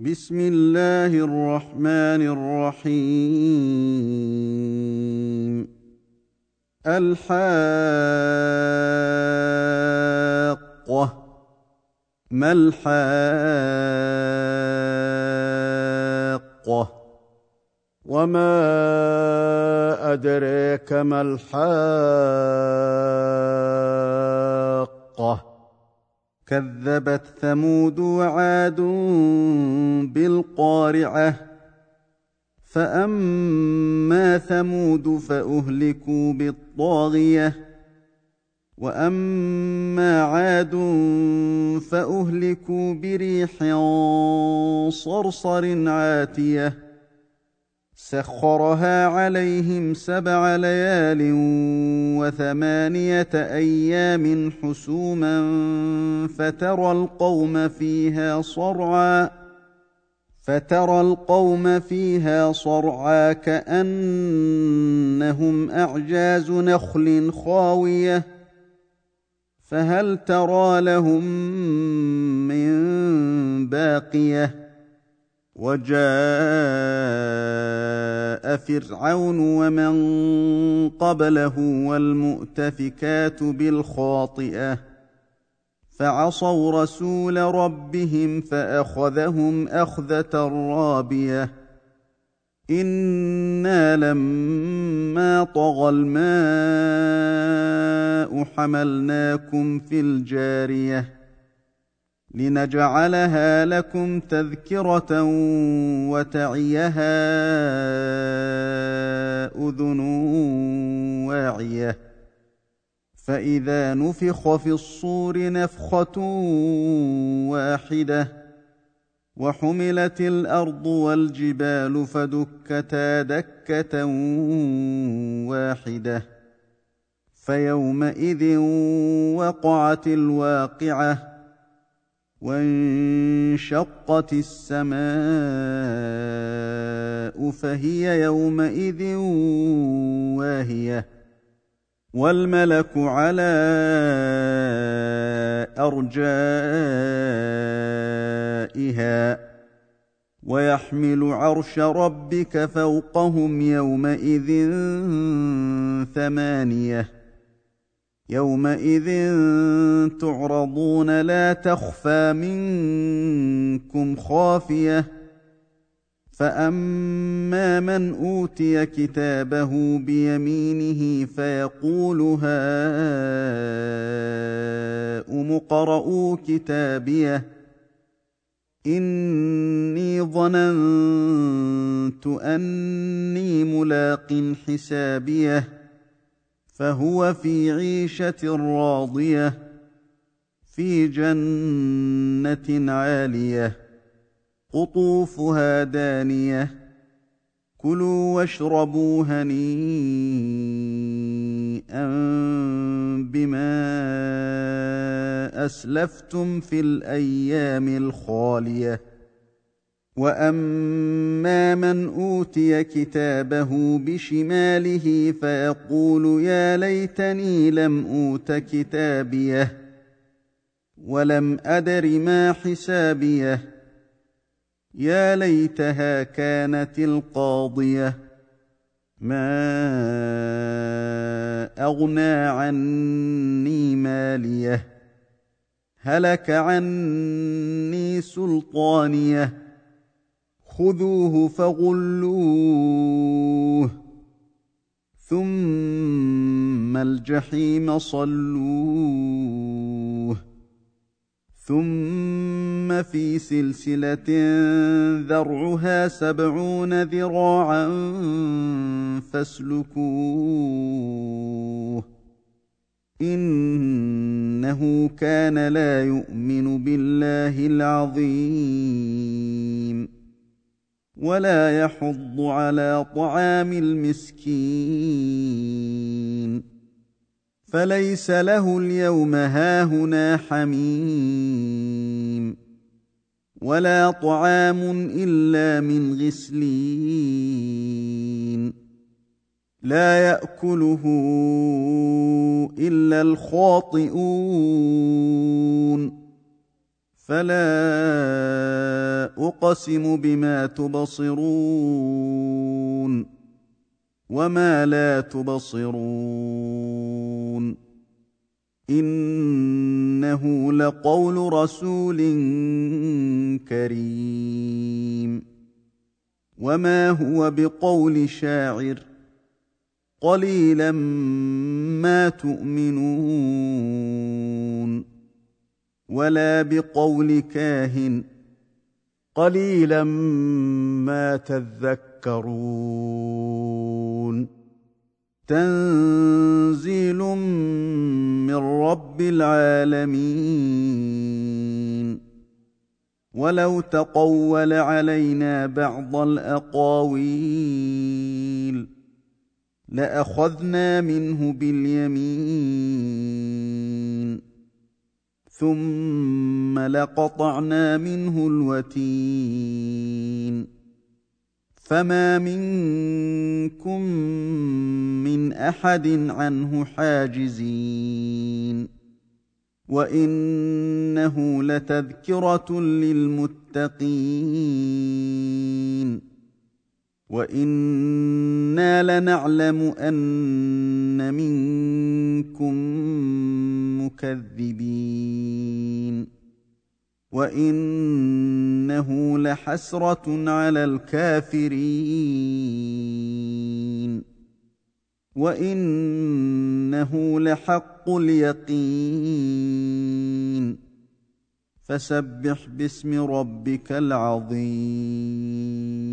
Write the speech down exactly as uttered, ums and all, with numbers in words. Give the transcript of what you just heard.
بسم الله الرحمن الرحيم. الحاقة. ما الحاقة؟ وما أدريك ما الحاقة؟ كذبت ثمود وعاد بالقارعة. فأما ثمود فأهلكوا بالطاغية، وأما عاد فأهلكوا بريح صرصر عاتية سخرها عليهم سبع ليال وثمانية أيام حسوما فترى القوم فيها صرعا فترى القوم فيها صرعا كأنهم أعجاز نخل خاوية فهل ترى لهم من باقية. وجاء فرعون ومن قبله والمؤتفكات بالخاطئة فعصوا رسول ربهم فأخذهم أخذة رابية. إنا لما طغى الماء حملناكم في الجارية لنجعلها لكم تذكرة وتعيها أذن واعية. فإذا نفخ في الصور نفخة واحدة وحملت الأرض والجبال فدكتا دكة واحدة فيومئذ وقعت الواقعة وانشقت السماء فهي يومئذ واهية والملك على أرجائها ويحمل عرش ربك فوقهم يومئذ ثمانية. يومئذ تعرضون لا تخفى منكم خافية. فأما من أوتي كتابه بيمينه فيقول هاؤم اقرءوا كتابيه إني ظننت أني ملاق حسابيه فهو في عيشة راضية في جنة عالية قطوفها دانية كلوا واشربوا هنيئا بما أسلفتم في الأيام الخالية. وأما من أوتي كتابه بشماله فيقول يا ليتني لم أوت كتابيه ولم أدر ما حسابيه يا ليتها كانت القاضية ما أغنى عني ماليه هلك عني سلطانيه خذوه فغلوه ثم الجحيم صلوه ثم في سلسلة ذرعها سبعون ذراعا فاسلكوه إنه كان لا يؤمن بالله العظيم ولا يحض على طعام المسكين فليس له اليوم هاهنا حميم ولا طعام إلا من غسلين لا يأكله إلا الخاطئون فلا أقسم بما تبصرون وما لا تبصرون إنه لقول رسول كريم وما هو بقول شاعر قليلا ما تؤمنون ولا بقول كاهن قليلا ما تذكرون تنزيل من رب العالمين ولو تقول علينا بعض الأقاويل لأخذنا منه باليمين ثم لقطعنا منه الوتين فما منكم من أحد عنه حاجزين وإنه لتذكرة للمتقين وإنا لنعلم أن منكم مكذبين وإنه لحسرة على الكافرين وإنه لحق اليقين فسبح باسم ربك العظيم